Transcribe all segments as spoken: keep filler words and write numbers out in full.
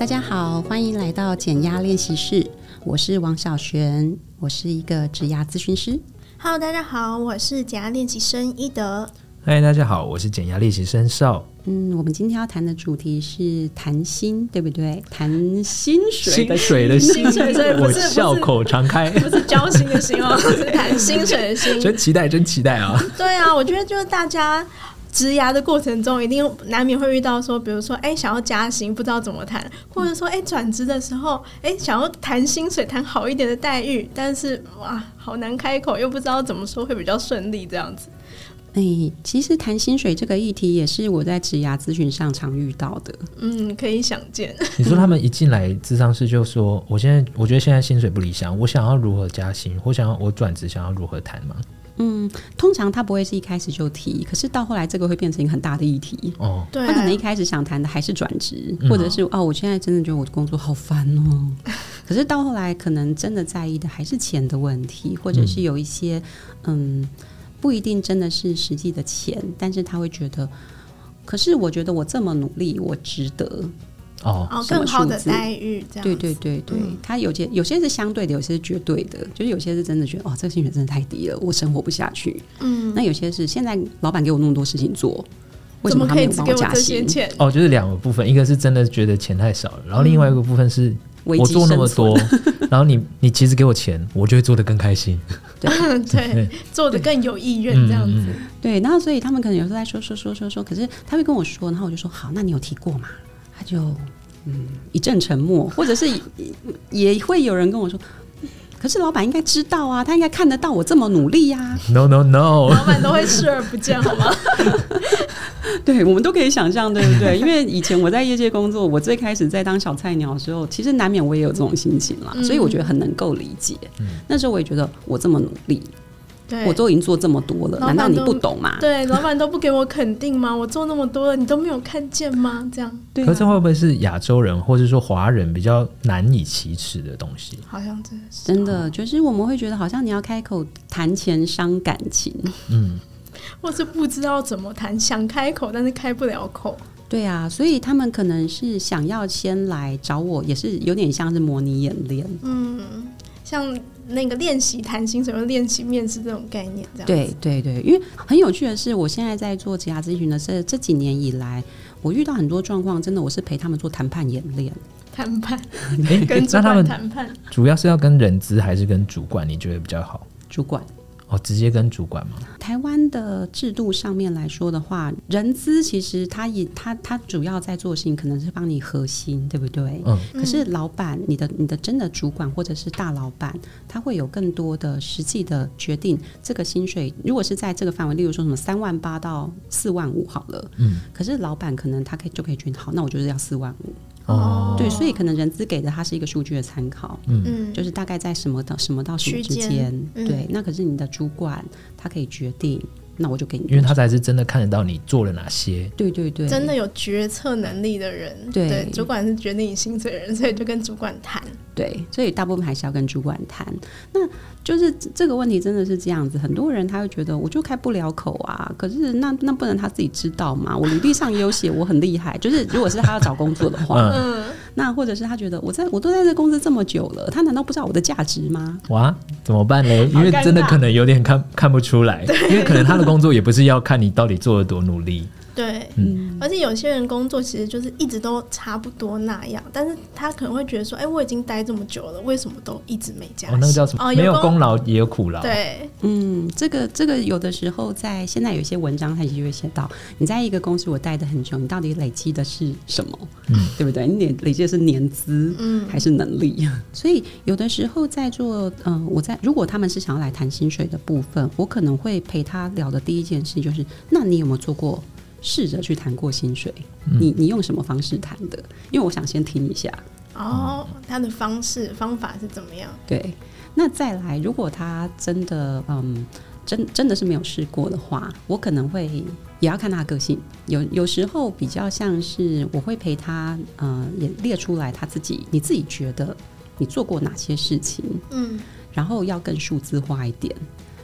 大家好，欢迎来到减压练习室，我是王小璇，我是一个职涯咨询师。 Hello， 大家好，我是减压练习生一德。 嗨，大家好，我是减压练习生邵。 嗯，我们今天要谈的主题是谈薪，对不对？谈薪水的薪水的薪， 薪水不是我笑口常开， 不是交心的心哦，是谈薪水的心。 真期待，真期待啊！ 对啊，我觉得就是大家职涯的过程中，一定难免会遇到说，比如说，哎，想要加薪，不知道怎么谈，或者说，哎，转职的时候，哎，想要谈薪水，谈好一点的待遇，但是哇，好难开口，又不知道怎么说会比较顺利，这样子。 哎，其实谈薪水这个议题也是我在职涯咨询上常遇到的。 嗯，可以想见。 你说他们一进来咨商室就说，我现在我觉得现在薪水不理想，我想要如何加薪，我想要我转职想要如何谈吗？ 嗯，通常他不会是一开始就提，可是到后来这个会变成一个很大的议题。 哦， 对， 他可能一开始想谈的还是转职， 嗯、 或者是哦，我现在真的觉得我的工作好烦哦。可是到后来可能真的在意的还是钱的问题，或者是有一些嗯。嗯不一定真的是实际的钱，但是他会觉得，可是我觉得我这么努力，我值得哦， 哦更好的待遇，这样子。 对对对对，嗯、他有些有些是相对的，有些是绝对的，就是有些是真的觉得哦，这个薪水真的太低了，我生活不下去。嗯，那有些是现在老板给我那么多事情做，为什么他没有帮我加薪？ 哦，就是两个部分，一个是真的觉得钱太少了，然后另外一个部分是。嗯我做那么多，然后你你其实给我钱，我就会做得更开心。 对对，做得更有意愿这样子。 嗯、对，然后所以他们可能有时候在说说说说说，可是他会跟我说，然后我就说好，那你有提过吗？他就嗯一阵沉默，或者是也会有人跟我说。可是老板应该知道啊，他应该看得到我这么努力呀、啊。 No no no， 老板都会视而不见，好吗？ 对，我们都可以想象，对不对？因为以前我在业界工作，我最开始在当小菜鸟的时候，其实难免我也有这种心情啦，嗯、所以我觉得很能够理解。嗯、那时候我也觉得我这么努力。我都已经做这么多了，难道你不懂吗？ 对，老板都不给我肯定吗？我做那么多了，你都没有看见吗？这样， 对、啊。 可是会不会是亚洲人或者说华人比较难以启齿的东西？ 好像真的是， 真的就是我们会觉得好像你要开口谈钱伤感情， 嗯，或是不知道怎么谈，想开口但是开不了口。 对啊，所以他们可能是想要先来找我，也是有点像是模拟演练， 嗯，像。那个练习谈薪水或练习面试这种概念这样子。 对对对，因为很有趣的是我现在在做职涯咨询的这这几年以来，我遇到很多状况，真的我是陪他们做谈判演练。 谈判跟主管谈判主要是要跟人资还是跟主管你觉得比较好？ 主管哦，直接跟主管吗？ 台湾的制度上面来说的话，人资其实他也他他主要在做的事情可能是帮你核心，对不对？嗯。可是老板，你的你的真的主管或者是大老板，他会有更多的实际的决定。这个薪水如果是在这个范围，例如说什么三万八到四万五好了，嗯。可是老板可能他可以就可以决定，好，那我就是要四万五。哦，对，所以可能人资给的它是一个数据的参考，嗯，就是大概在什么到什么到什么之间，嗯、对。那可是你的主管他可以决定，那我就给你， 因为他才是真的看得到你做了哪些， 对对对， 真的有决策能力的人，对，对主管是决定你薪水的人，所以就跟主管谈， 对，所以大部分还是要跟主管谈。那就是这个问题真的是这样子，很多人他会觉得我就开不了口啊，可是那那不能他自己知道吗？我履历上也有写我很厉害，就是如果是他要找工作的话，嗯，那或者是他觉得我在我都在这公司这么久了，他难道不知道我的价值吗？ 哇，怎么办呢？因为真的可能有点看看不出来，因为可能他的工作也不是要看你到底做了多努力。 对，嗯，而且有些人工作其实就是一直都差不多那样，但是他可能会觉得说，哎、欸，我已经待这么久了，为什么都一直没加薪？ 哦，那个叫什么？哦、没有功劳也有苦劳。 对， 嗯，这个这个有的时候在现在有一些文章，它就会写到，你在一个公司我待得很久，你到底累积的是什么？嗯，对不对？你累积的是年资，嗯，还是能力？所以有的时候在做，嗯、呃，我在如果他们是想要来谈薪水的部分，我可能会陪他聊的第一件事就是，那你有没有做过？试着去谈过薪水，嗯、你你用什么方式谈的？因为我想先听一下哦，他的方式方法是怎么样？ 对，那再来，如果他真的嗯真真的是没有试过的话，我可能会也要看他的个性。有有时候比较像是我会陪他，呃，也列出来他自己，你自己觉得你做过哪些事情，嗯，然后要更数字化一点。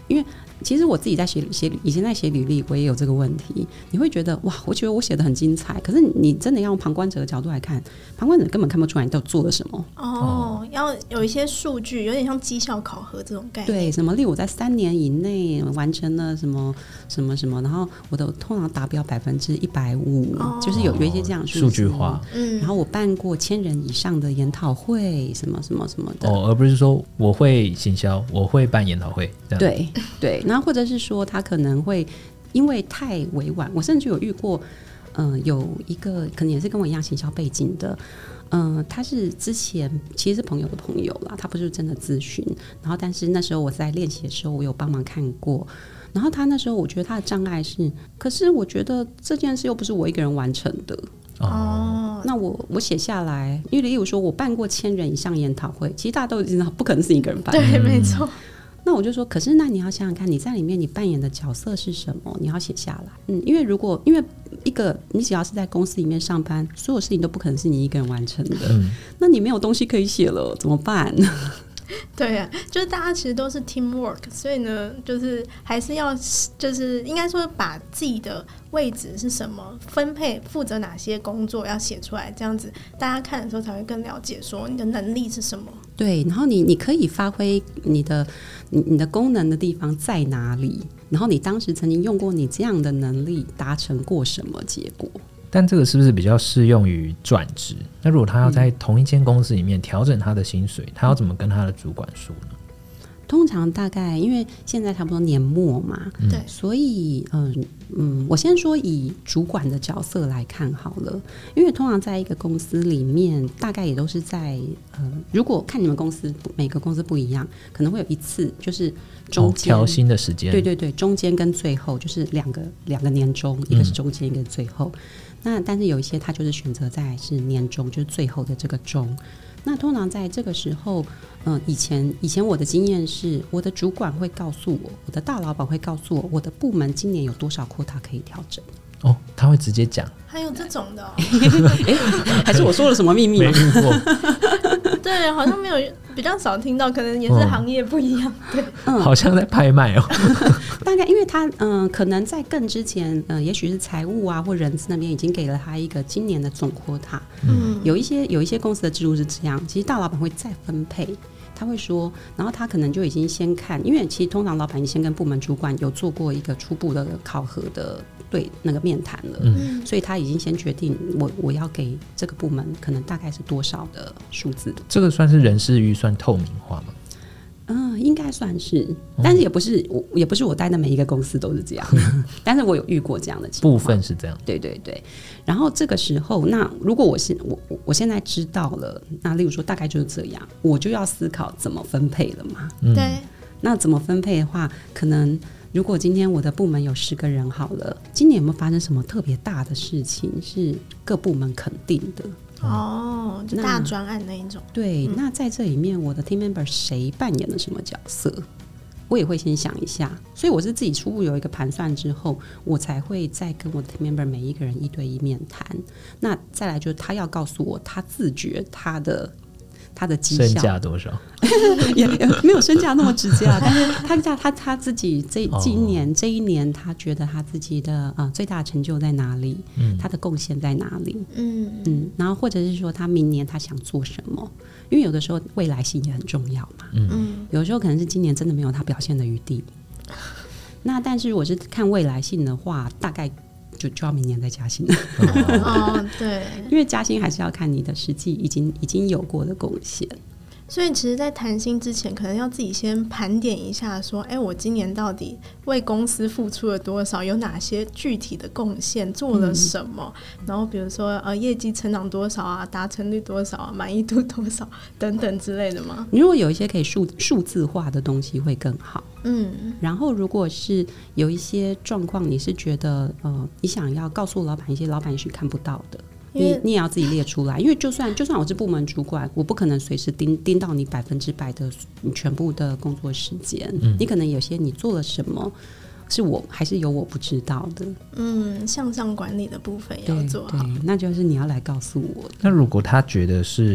因为其实我自己在写写以前在写履历，我也有这个问题。你会觉得哇，我觉得我写的很精彩，可是你真的要用旁观者的角度来看，旁观者根本看不出来你都做了什么。 哦，要有一些数据，有点像绩效考核这种概念。 对，什么例如我在三年以内完成了什么什么什么，然后我的通常达标百分之一百五，就是有有一些这样数据化。 嗯，然后我办过千人以上的研讨会，什么什么什么的。 哦，而不是说我会行销，我会办研讨会。这样对对。然后或者是说他可能会因为太委婉，我甚至有遇过呃，有一个可能也是跟我一样行销背景的，嗯、呃，他是之前其实是朋友的朋友啦，他不是真的咨询，然后但是那时候我在练习的时候我有帮忙看过，然后他那时候我觉得他的障碍是，可是我觉得这件事又不是我一个人完成的。哦，那我我写下来，因为例如说我办过千人以上研讨会，其实大家都知道不可能是一个人办的， 对，没错。 那我就说，可是那你要想想看，你在里面你扮演的角色是什么？你要写下来。嗯，因为如果因为一个你只要是在公司里面上班，所有事情都不可能是你一个人完成的。嗯，那你没有东西可以写了，怎么办？ 对啊，就是大家其实都是 teamwork， 所以呢，就是还是要就是应该说把自己的位置是什么，分配负责哪些工作要写出来，这样子大家看的时候才会更了解说你的能力是什么。对， 然后你你可以发挥你的你你的功能的地方在哪里，然后你当时曾经用过你这样的能力达成过什么结果。 但这个是不是比较适用于转职？那如果他要在同一间公司里面调整他的薪水，他要怎么跟他的主管说呢？ 通常大概因为现在差不多年末嘛，对、嗯，所以嗯嗯，我先说以主管的角色来看好了，因为通常在一个公司里面，大概也都是在呃，如果看你们公司每个公司不一样，可能会有一次就是中间调薪的时间， 对对对，中间跟最后就是两个两个年终，一个是中间，一个是最后。嗯，那但是有一些他就是选择在是年终，就是最后的这个终。那通常在这个时候，嗯、呃，以前以前我的经验是，我的主管会告诉我，我的大老板会告诉我，我的部门今年有多少 quota 可以调整。 哦，他会直接讲， 还有这种的、哦欸，还是我说了什么秘密？ 没遇过。 对，好像没有，比较少听到，可能也是行业不一样。对， 嗯，好像在拍卖哦。 大概因为他嗯、呃，可能在更之前，嗯、呃，也许是财务啊或人资那边已经给了他一个今年的总 quota。嗯，有一些有一些公司的制度是这样，其实大老板会再分配。他会说，然后他可能就已经先看，因为其实通常老板已经先跟部门主管有做过一个初步的考核的对那个面谈了，嗯，所以他已经先决定我我要给这个部门可能大概是多少的数字。 这个算是人事预算透明化吗？ 嗯，应该算是，但是也不是我也不是我待的每一个公司都是这样，但是我有遇过这样的情况， 部分是这样， 对对对。然后这个时候，那如果我现我我现在知道了，那例如说大概就是这样，我就要思考怎么分配了嘛。 嗯，对。 那怎么分配的话，可能如果今天我的部门有十个人好了，今年有没有发生什么特别大的事情是各部门肯定的？ 哦，就大专案那一种。 对、嗯，那在这里面我的 team member 谁扮演了什么角色，我也会先想一下。所以我是自己初步有一个盘算之后，我才会再跟我的 team member 每一个人一对一面谈。那再来就是他要告诉我他自觉他的他的绩效身价多少也没有身价那么直接啊，但是他他他他自己这今年、哦、这一年他觉得他自己的、呃、最大成就在哪里、嗯、他的贡献在哪里，嗯嗯，然后或者是说他明年他想做什么，因为有的时候未来性也很重要嘛，嗯，有的时候可能是今年真的没有他表现的余地，那但是如果是看未来性的话，大概就就要明年再加薪哦，对， 因为加薪还是要看你的实际已经已经有过的贡献。 所以其实在谈薪之前可能要自己先盘点一下说，哎，我今年到底为公司付出了多少，有哪些具体的贡献，做了什么、嗯、然后比如说呃业绩成长多少啊，达成率多少啊，满意度多少等等之类的吗？ 如果有一些可以数数字化的东西会更好，嗯，然后如果是有一些状况你是觉得呃你想要告诉老板一些老板也许看不到的，你, 你也要自己列出来，因为就算就算我是部门主管，我不可能随时盯盯到你百分之百的你全部的工作时间、嗯，你可能有些你做了什么是我还是有我不知道的， 嗯，向上管理的部分也要做好， 对对，那就是你要来告诉我。 那如果他觉得是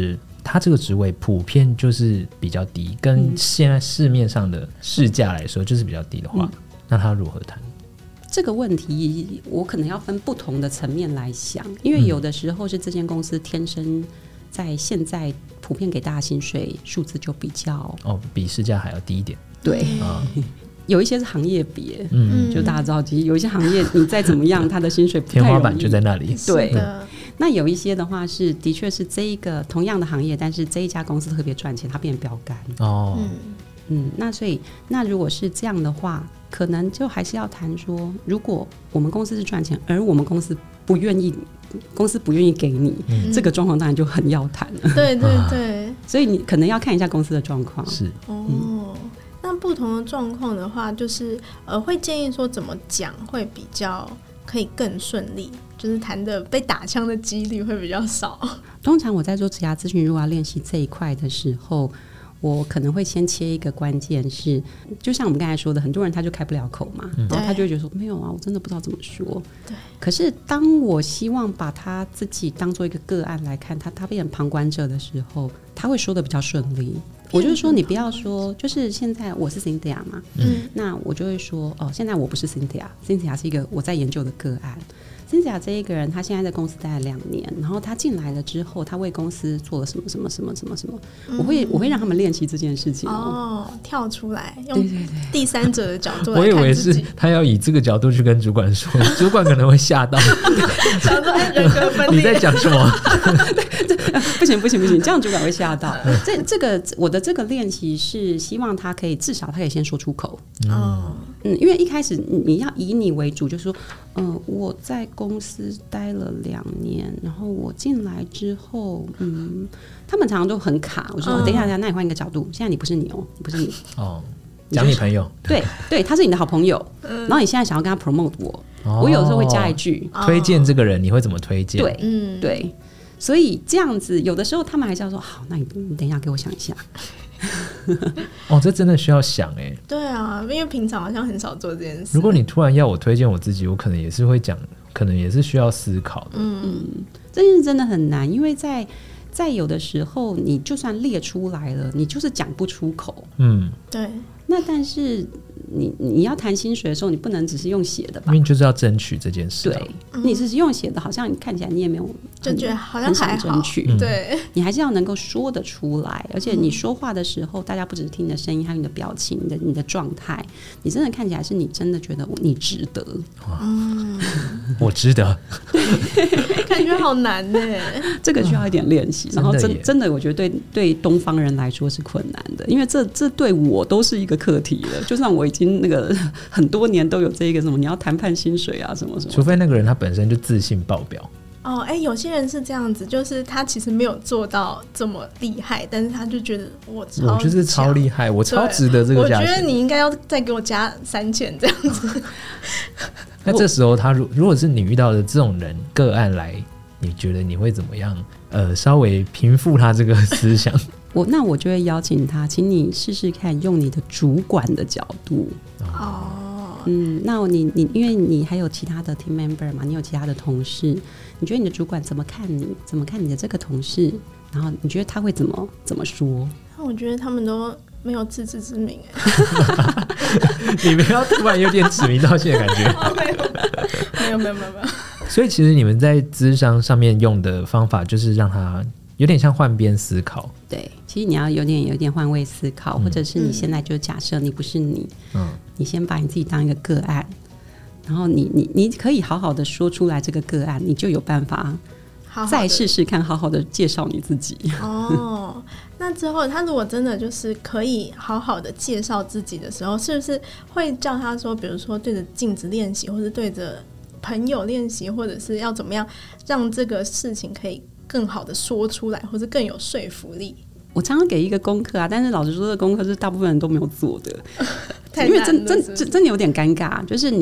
他这个职位普遍就是比较低，跟现在市面上的市价来说就是比较低的话、嗯、那他如何谈？ 这个问题我可能要分不同的层面来想，因为有的时候是这间公司天生在现在普遍给大家薪水数字就比较哦比市价还要低一点， 对、嗯有一些是行业别，嗯，就大家知道，其实有一些行业你再怎么样，它的薪水不太容易， 天花板就在那里。 对，那有一些的话是，的确是这一个同样的行业，但是这一家公司特别赚钱，它变标杆。哦，嗯，那所以那如果是这样的话，可能就还是要谈说，如果我们公司是赚钱，而我们公司不愿意，公司不愿意给你、嗯、这个状况，当然就很要谈了。 对对对， 所以你可能要看一下公司的状况。 是哦。嗯，那不同的状况的话，就是呃，会建议说怎么讲会比较可以更顺利，就是谈的被打枪的几率会比较少。 通常我在做职涯咨询，如果要练习这一块的时候，我可能会先切一个关键是，就像我们刚才说的，很多人他就开不了口嘛，嗯、然后他就会觉得说没有啊，我真的不知道怎么说。对。可是当我希望把他自己当做一个个案来看，他他变成旁观者的时候，他会说的比较顺利。我就是说，你不要说，就是现在我是 Cynthia 嘛，嗯，那我就会说，哦，现在我不是 Cynthia，Cynthia 是一个我在研究的个案。Cynthia 这一个人，他现在在公司待了两年，然后他进来了之后，他为公司做了什么什么什么什么什么，嗯、我会我会让他们练习这件事情哦， 哦跳出来，用第三者的角度来看自己。 我以为是他要以这个角度去跟主管说，主管可能会吓到， 想说哎人格分裂， 你在讲什么？ 不行不行不行，这样主管会吓到。这这个我的这个练习是希望他可以至少他可以先说出口。嗯嗯，因为一开始你要以你为主，就说嗯、呃、我在公司待了两年，然后我进来之后，嗯，他们常常都很卡。我说、嗯、等一下，等一下，那你换一个角度，现在你不是你哦，你不是你哦，讲你朋友， 对对，他是你的好朋友，嗯、然后你现在想要跟他 promote 我，哦、我有时候会加一句、 哦、推荐这个人，你会怎么推荐？ 对，嗯，对，所以这样子，有的时候他们还是要说好，那你你等一下给我想一下。 哦，这真的需要想哎、欸。 对啊，因为平常好像很少做这件事。 如果你突然要我推荐我自己，我可能也是会讲，可能也是需要思考的。 嗯，这件事真的很难，因为在在有的时候，你就算列出来了，你就是讲不出口。嗯， 对。 那但是你你要谈薪水的时候，你不能只是用写的吧？ 因为就是要争取这件事、啊。 对，嗯、你只是用写的，好像看起来你也没有就觉得好像还好， 很想争取。 嗯、对， 你还是要能够说得出来，而且你说话的时候，大家不只是听你的声音，还有你的表情、你的你的状态，你真的看起来是你真的觉得你值得。 嗯，我值得， 感觉好难呢。 这个需要一点练习，然后真真的，我觉得对对东方人来说是困难的，因为这这对我都是一个课题了。就算我已经那个很多年都有这个什么，你要谈判薪水啊什么什么， 除非那个人他本身就自信爆表。 哦，哎、欸，有些人是这样子，就是他其实没有做到这么厉害，但是他就觉得我超我就是超厉害，我超值得这个价钱。 我觉得你应该要再给我加三千这样子。 那这时候他如如果是你遇到的这种人个案来，你觉得你会怎么样？呃，稍微平复他这个思想。 我那我就会邀请他，请你试试看，用你的主管的角度。 哦， 嗯，那你你因为你还有其他的 team member 嘛，你有其他的同事，你觉得你的主管怎么看你？怎么看你的这个同事？然后你觉得他会怎么怎么说？ 我觉得他们都没有自知之明。 你不要突然有点指名道姓的感觉。 哦、没有没有没有没有。 所以其实你们在諮商上面用的方法，就是让他有点像换边思考。 对，其实你要有点有点换位思考、嗯，或者是你现在就假设你不是你，嗯，你先把你自己当一个个案，然后你你你可以好好的说出来这个个案，你就有办法再试试看，好好的介绍你自己。 哦，那之后他如果真的就是可以好好的介绍自己的时候，是不是会叫他说，比如说对着镜子练习，或是对着朋友练习，或者是要怎么样让这个事情可以更好的说出来，或是更有说服力？ 我常常给一个功课啊，但是老实说，这个功课是大部分人都没有做的， 太因为真真真真的有点尴尬。就是你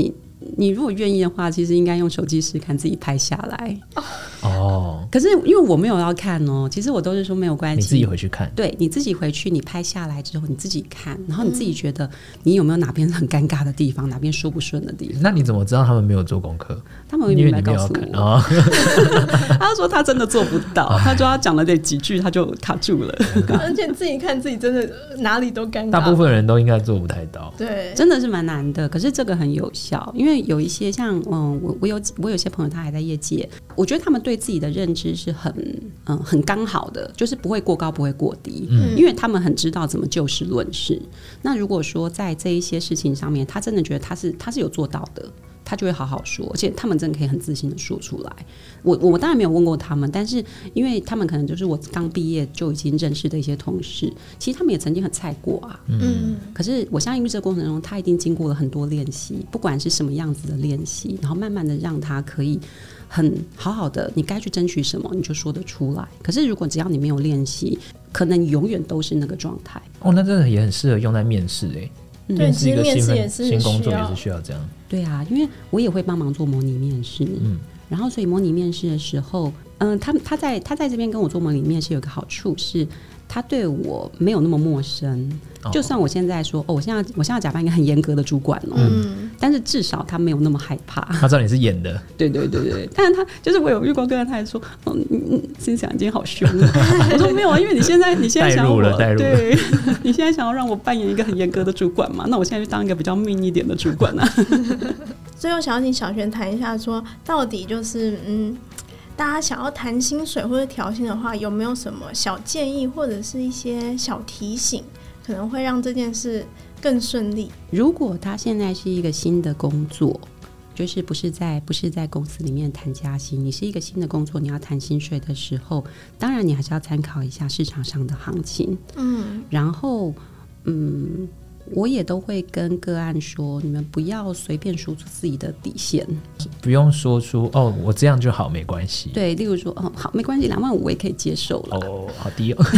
你如果愿意的话，其实应该用手机试看，自己拍下来。 哦， 可是因为我没有要看哦，其实我都是说没有关系， 你自己回去看。 对，你自己回去，你拍下来之后你自己看，然后你自己觉得你有没有哪边很尴尬的地方，哪边说不顺的地方。 那你怎么知道他们没有做功课？ 他们会明白告诉我。哦、他说他真的做不到，他说他讲了这几句他就卡住了。 而且自己看自己真的哪里都尴尬， 大部分人都应该做不太到。 对， 真的是蛮难的。可是这个很有效，因为有一些像嗯，我我有我有些朋友他还在业界，我觉得他们对自己的认知是很嗯很刚好的，就是不会过高不会过低，嗯，因为他们很知道怎么就事论事。那如果说在这一些事情上面，他真的觉得他是他是有做到的，他就会好好说，而且他们真的可以很自信的说出来。我我当然没有问过他们，但是因为他们可能就是我刚毕业就已经认识的一些同事，其实他们也曾经很菜过啊。嗯，可是我相信这个过程中，他一定经过了很多练习，不管是什么样子的练习，然后慢慢的让他可以很好好的，你该去争取什么，你就说得出来。可是如果只要你没有练习，可能永远都是那个状态。 哦，那真的也很适合用在面试哎、欸。 嗯、对，其实面试也是新工作也是需要这样。 对啊，因为我也会帮忙做模拟面试，嗯，然后所以模拟面试的时候，嗯、呃，他他在他在这边跟我做模拟面试有个好处是，他对我没有那么陌生。哦、就算我现在说，哦，我现在我现在假扮一个很严格的主管哦，嗯，但是至少他没有那么害怕。 他知道你是演的， 对对对对。但是他就是我有遇过，跟他还说，哦，嗯嗯，心想今天好凶啊。我说没有啊，因为你现在你现在想要我， 带入了， 对，你现在想要让我扮演一个很严格的主管嘛？那我现在就当一个比较命一点的主管啊。 最后想要请小璇谈一下说，说到底就是嗯。大家想要谈薪水或者调薪的话，有没有什么小建议或者是一些小提醒，可能会让这件事更顺利？ 如果他现在是一个新的工作，就是不是在不是在公司里面谈加薪，你是一个新的工作，你要谈薪水的时候，当然你还是要参考一下市场上的行情。嗯，然后嗯。我也都会跟个案说，你们不要随便说出自己的底线， 不用说出哦，我这样就好，没关系。 对，例如说，哦，好，没关系，两万五我也可以接受了。 哦，好低哦。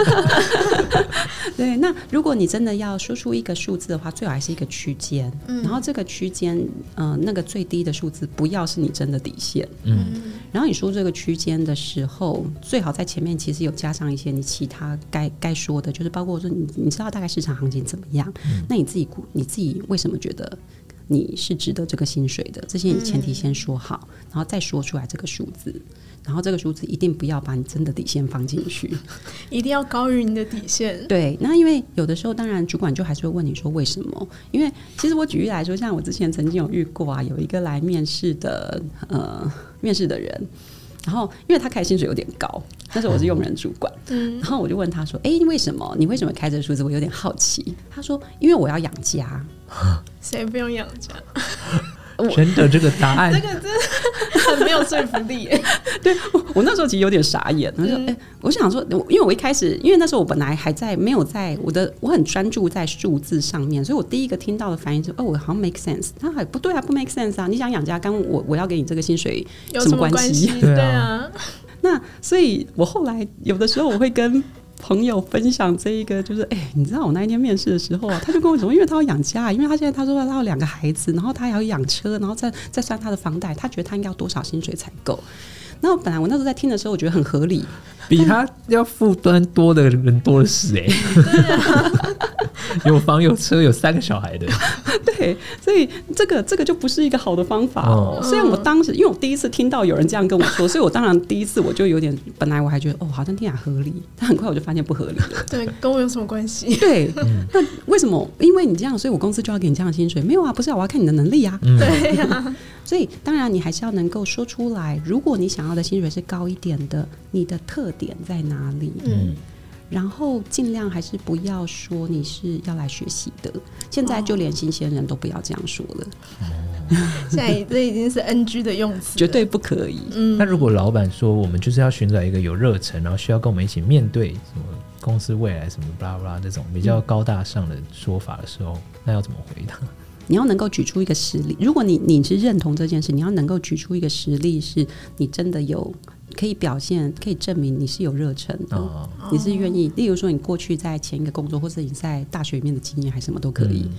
对，那如果你真的要说出一个数字的话，最好还是一个区间，嗯，然后这个区间，呃，那个最低的数字不要是你真的底线，嗯，然后你说这个区间的时候，最好在前面其实有加上一些你其他该该说的，就是包括说你你知道大概市场行情怎么样。嗯、那你自己你自己为什么觉得你是值得这个薪水的？这些前提先说好，嗯、然后再说出来这个数字，然后这个数字一定不要把你真的底线放进去， 一定要高于你的底线。 对，那因为有的时候当然主管就还是会问你说为什么？因为其实我举例来说，像我之前曾经有遇过啊，有一个来面试的呃面试的人。然后因为他开薪水有点高，那时候我是用人主管，嗯，然后我就问他说，哎，为什么你为什么开这个数字？我有点好奇。他说因为我要养家。 谁不用养家？ 真的这个答案， 这个真的很没有说服力耶。 对，我我那时候其实有点傻眼，我说，哎、嗯，我想说，因为我一开始，因为那时候我本来还在没有在我的，我很专注在数字上面，所以我第一个听到的反应是，哦，我好像 make sense。他还不对啊，不 make sense 啊！你想养家，跟我我要给你这个薪水有什么关系？对啊。 那所以，我后来有的时候我会跟朋友分享这一个，就是哎、欸，你知道我那一天面试的时候啊，他就跟我说，因为他要养家，因为他现在他说他有两个孩子，然后他还要养车，然后再再算他的房贷，他觉得他应该要多少薪水才够。然后本来我那时候在听的时候，我觉得很合理， 比他要负担多的人多的是哎、欸，对啊，有房有车有三个小孩的， 对，所以这个这个就不是一个好的方法哦。虽然我当时因为我第一次听到有人这样跟我说，所以我当然第一次我就有点，本来我还觉得哦好像听起来合理，但很快我就发现不合理了。 对，跟我有什么关系？ 对，嗯、那为什么？因为你这样，所以我公司就要给你这样的薪水？没有啊，不是啊，我要看你的能力啊。 嗯、对啊。 所以当然你还是要能够说出来，如果你想要的薪水是高一点的，你的特点在哪里？嗯，然后尽量还是不要说你是要来学习的。现在就连新鲜人都不要这样说了。 哦、现在这已经是 N G 的用词， 绝对不可以。 嗯，那如果老板说我们就是要寻找一个有热忱，然后需要跟我们一起面对什么公司未来什么巴拉巴拉这种比较高大上的说法的时候，嗯、那要怎么回答？ 你要能够举出一个实例，如果你你是认同这件事，你要能够举出一个实例，是你真的有可以表现，可以证明你是有热忱的，哦、你是愿意。例如说，你过去在前一个工作，或者你在大学里面的经验，还是什么都可以。嗯、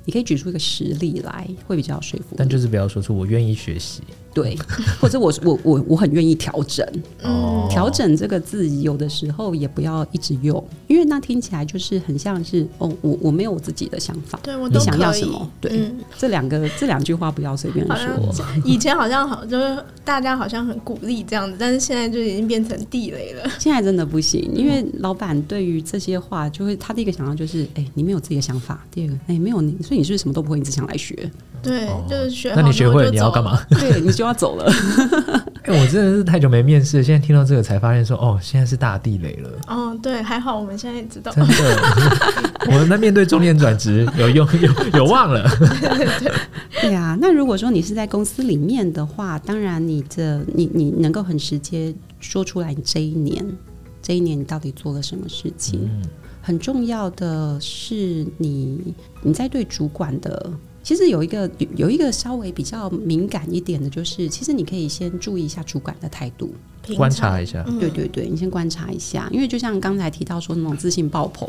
你可以举出一个实例来，会比较有说服力。 但就是不要说出我愿意学习， 对，或者我我我我很愿意调整。 哦， 调整这个字有的时候也不要一直用，因为那听起来就是很像是哦，我我没有我自己的想法， 对我都你想要什么？对， 嗯、 这两个这两句话不要随便说。 以前好像好就是大家好像很鼓励这样子，但是现在就已经变成地雷了。 现在真的不行，因为老板对于这些话，就会他第一个想到就是，哎、欸，你没有自己的想法；第二个，哎、欸，没有你，所以你是不是什么都不会，你只想来学？ 对，哦、就是学好。 那你学会了你要干嘛？ 对，你就要走了。 哎、欸，我真的是太久没面试，现在听到这个才发现说，哦，现在是大地雷了。 哦，对，还好我们现在知道。 真的，我们在面对中年转职有用有有望了。 对对对啊，那如果说你是在公司里面的话，当然你的你你能够很直接说出来，你这一年这一年你到底做了什么事情？嗯、很重要的是你你在对主管的。其实有一个有一个稍微比较敏感一点的，就是其实你可以先注意一下主管的态度， 观察一下。 嗯、对对对，你先观察一下，因为就像刚才提到说那种自信爆棚。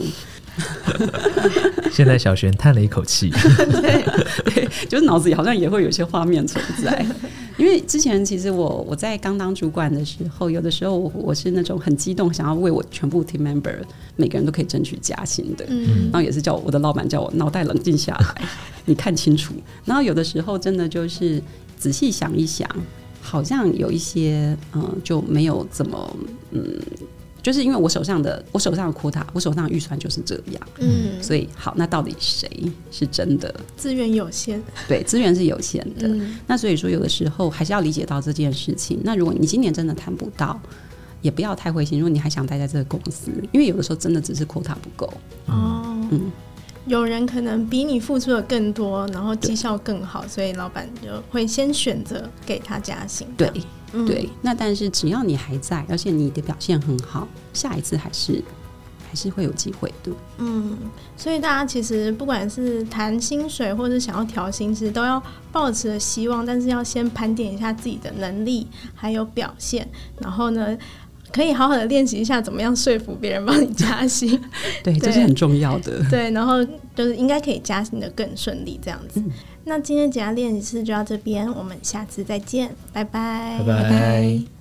现在小璇叹了一口气， 对对，就是脑子里好像也会有些画面存在。因为之前其实我我在刚当主管的时候，有的时候 我, 我是那种很激动，想要为我全部 team member 每个人都可以争取加薪的，嗯、然后也是叫我的老板叫我脑袋冷静下来，你看清楚。然后有的时候真的就是仔细想一想，好像有一些嗯就没有怎么嗯。就是因为我手上的我手上的 quota， 我手上的预算就是这样，嗯，所以好，那到底谁是真的？ 资源有限，对， 资源是有限的。嗯、那所以说，有的时候还是要理解到这件事情。那如果你今年真的谈不到，也不要太灰心。如果你还想待在这个公司，因为有的时候真的只是 quota 不够。哦，嗯。 有人可能比你付出的更多，然后绩效更好，所以老板就会先选择给他加薪。 对。对，那但是只要你还在，而且你的表现很好，下一次还是还是会有机会的。 嗯，所以大家其实不管是谈薪水或者想要调薪，其实都要抱持着希望，但是要先盘点一下自己的能力还有表现，然后呢可以好好的练习一下怎么样说服别人帮你加薪。 对，这是很重要的。 对，然后就是应该可以加薪的更顺利这样子。嗯，那今天减压练习室就到这边，我们下次再见，拜拜， 拜拜。